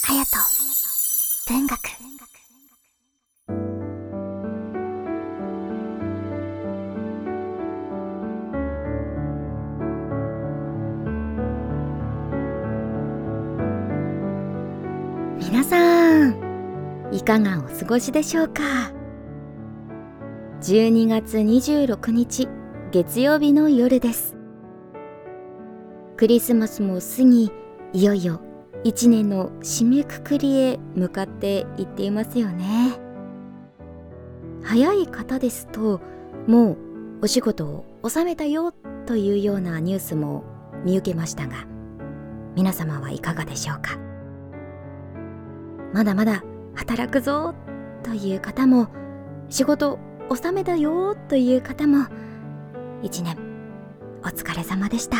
隼人文学。皆さん、いかがお過ごしでしょうか。12月26日月曜日の夜です。クリスマスも過ぎ、いよいよ1年の締めくくりへ向かっていっていますよね。早い方ですと、もうお仕事を収めたよというようなニュースも見受けましたが、皆様はいかがでしょうか。まだまだ働くぞという方も、仕事収めたよという方も、1年お疲れ様でした。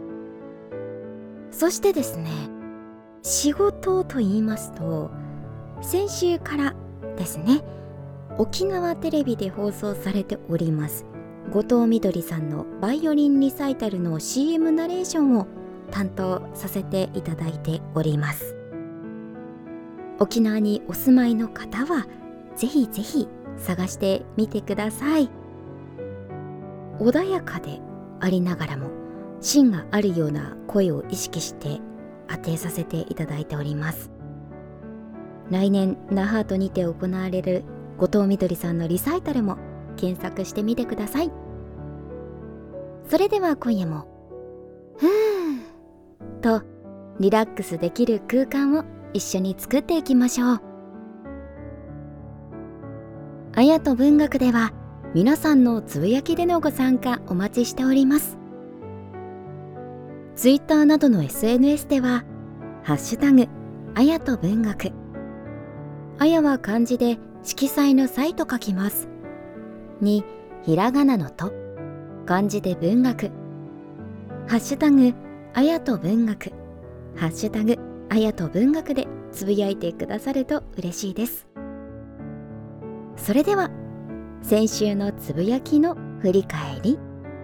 そしてですね、仕事と言いますと、先週からですね、沖縄テレビで放送されております後藤みどりさんのバイオリンリサイタルの CM ナレーションを担当させていただいております。沖縄にお住まいの方はぜひぜひ探してみてください。穏やかでありながらも芯があるような声を意識して当てさせていただいております。来年那覇とにて行われる後藤みどりさんのリサイタルも検索してみてください。それでは今夜もふーとリラックスできる空間を一緒に作っていきましょう。あやと文学では皆さんのつぶやきでのご参加お待ちしております。ツイッターなどの SNS ではハッシュタグあやと文学、あやは漢字で色彩の彩と書きますに、ひらがなのと漢字で文学、ハッシュタグあやと文学、ハッシュタグあやと文学でつぶやいてくださると嬉しいです。それでは先週のつぶやきの振り返り。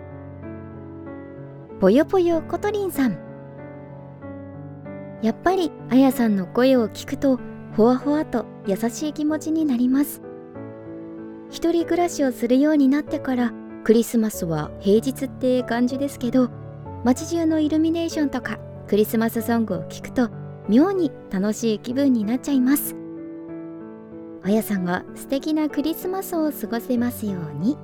ぽよぽよことりんさん、やっぱりあやさんの声を聞くとほわほわと優しい気持ちになります。一人暮らしをするようになってからクリスマスは平日って感じですけど、街中のイルミネーションとかクリスマスソングを聞くと妙に楽しい気分になっちゃいます。あやさんが素敵なクリスマスを過ごせますように。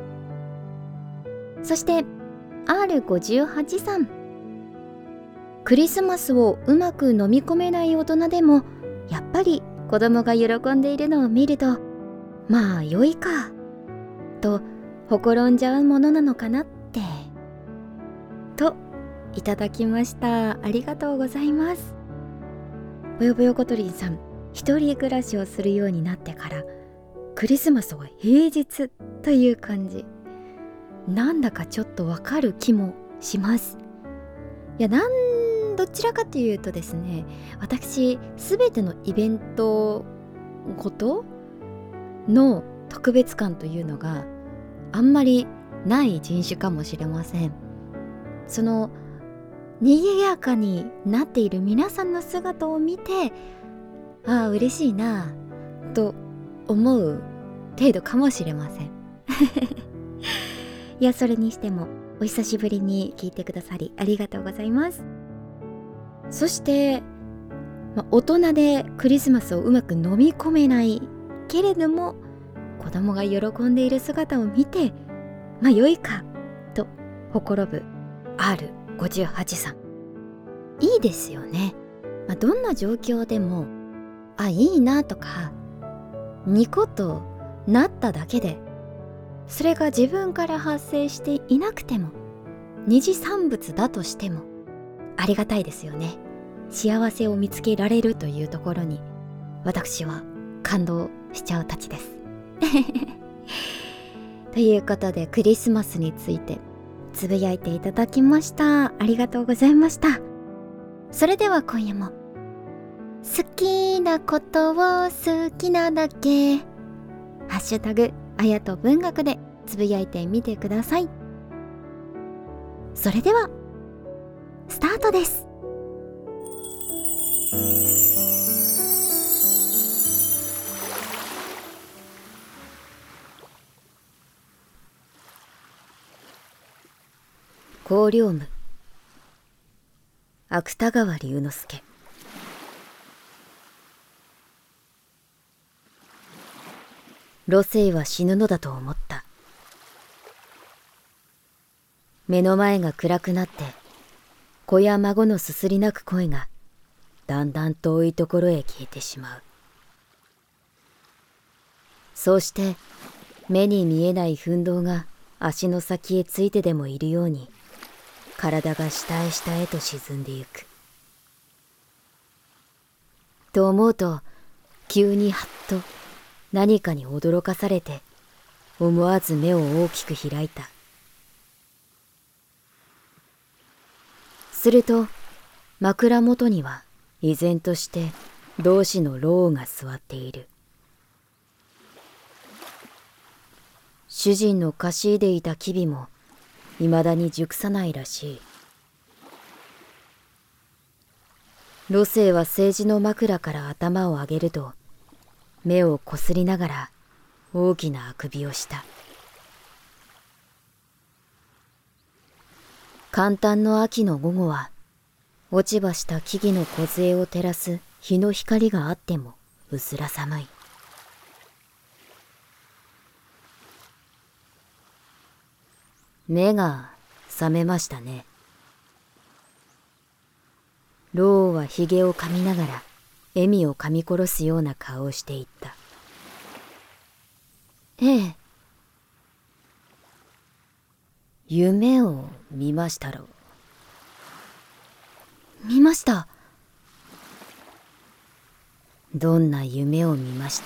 そして R58 さん、クリスマスをうまく飲み込めない大人でもやっぱり子供が喜んでいるのを見ると、まあ良いかとほころんじゃうものなのかなってといただきました。ありがとうございます。ぽよぽよことりんさん、一人暮らしをするようになってからクリスマスは平日という感じ、なんだかちょっとわかる気もします。いや、どちらかというとですね、私すべてのイベントごとの特別感というのがあんまりない人種かもしれません。その賑やかになっている皆さんの姿を見て、ああ嬉しいなと思う程度かもしれませんいや、それにしてもお久しぶりに聞いてくださりありがとうございます。そして、大人でクリスマスをうまく飲み込めないけれども子供が喜んでいる姿を見て、良いかとほころぶ R58 さん、いいですよね。どんな状況でもいいなとかニコとなっただけで、それが自分から発生していなくても二次産物だとしてもありがたいですよね。幸せを見つけられるというところに私は感動しちゃうたちですということで、クリスマスについてつぶやいていただきました。ありがとうございました。それでは今夜も好きなことを好きなだけ、ハッシュタグあやと文学でつぶやいてみてください。それではスタートです。 光陵夢芥川龍之介。路星は死ぬのだと思った。目の前が暗くなって子や孫のすすり泣く声がだんだん遠いところへ消えてしまう。そうして目に見えない奮闘が足の先へついてでもいるように体が下へ下へと沈んでゆく。と思うと急にはっと何かに驚かされて思わず目を大きく開いた。すると枕元には依然として同志の老が座っている。主人のかしいでいた機微もいまだに熟さないらしい。路星は政治の枕から頭を上げると目をこすりながら大きなあくびをした。簡単の秋の午後は落ち葉した木々の梢を照らす日の光があってもうすら寒い。目が覚めましたね。老はひげを噛みながら笑みを噛み殺すような顔をしていった。ええ。夢を見ましたろう。見ました。どんな夢を見ました？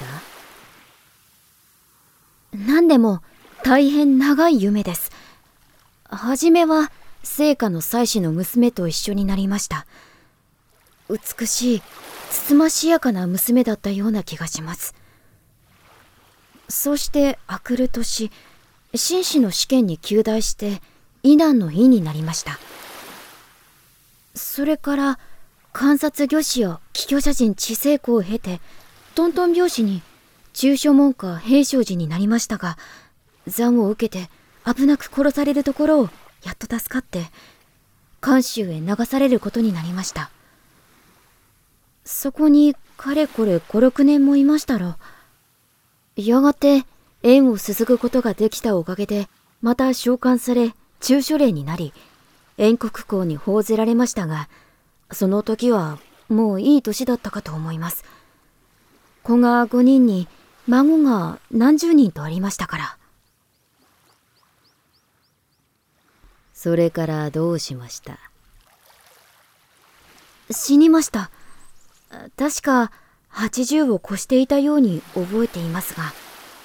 何でも大変長い夢です。はじめは聖火の祭司の娘と一緒になりました。美しいつつましやかな娘だったような気がします。そして明くる年、紳士の試験に及第して医難の医になりました。それから観察御師や帰居者人治世公を経てトントン拍子に中書門下平正寺になりましたが、残を受けて危なく殺されるところをやっと助かって監修へ流されることになりました。そこにかれこれ5、6年もいましたら、やがて縁をすすぐことができたおかげでまた召喚され中書令になり燕国公に報ぜられましたが、その時はもういい年だったかと思います。子が5人に孫が何十人とありましたから。それからどうしました？死にました。確か80を越していたように覚えていますが。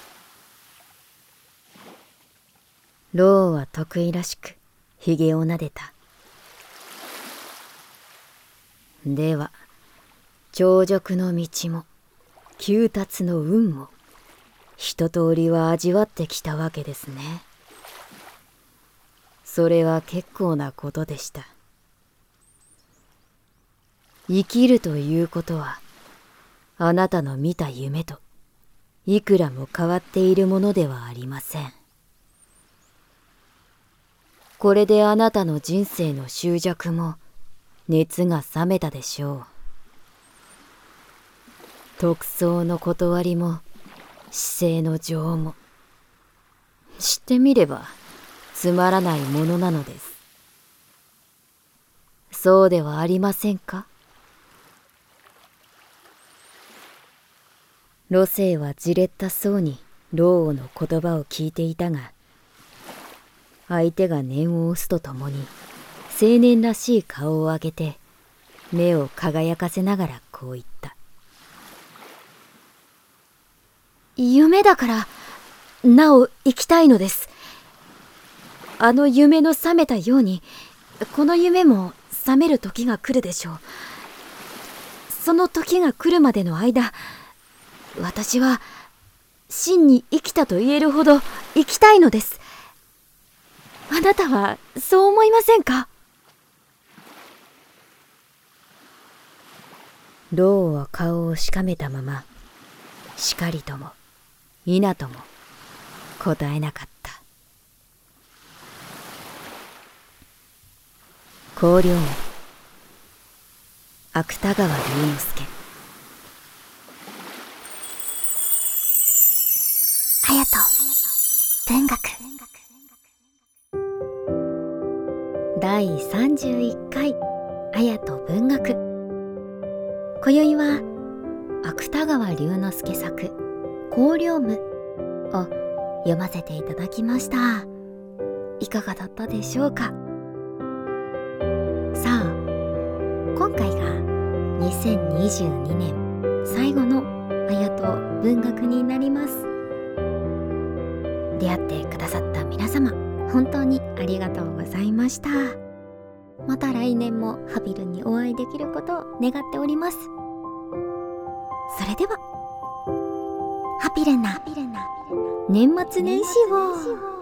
老は得意らしくひげをなでた。では長熟の道も急達の運も一通りは味わってきたわけですね。それは結構なことでした。生きるということはあなたの見た夢といくらも変わっているものではありません。これであなたの人生の執着も熱が冷めたでしょう。特捜の断りも姿勢の情も知ってみればつまらないものなのです。そうではありませんか？路星はじれったそうに老王の言葉を聞いていたが、相手が念を押すとともに青年らしい顔を上げて目を輝かせながらこう言った。夢だからなお生きたいのです。あの夢の覚めたようにこの夢も覚める時が来るでしょう。その時が来るまでの間、私は真に生きたと言えるほど生きたいのです。あなたはそう思いませんか？老は顔をしかめたまま、しかりとも否とも答えなかった。 光陵芥川龍之介。 隼人文学第31回隼人文学。今宵は芥川龍之介作光陵夢を読ませていただきました。いかがだったでしょうか。さあ、今回が2022年最後の隼人文学になります。出会ってくださった皆様、本当にありがとうございました。また来年もハピルにお会いできることを願っております。それではハピルな年末年始を。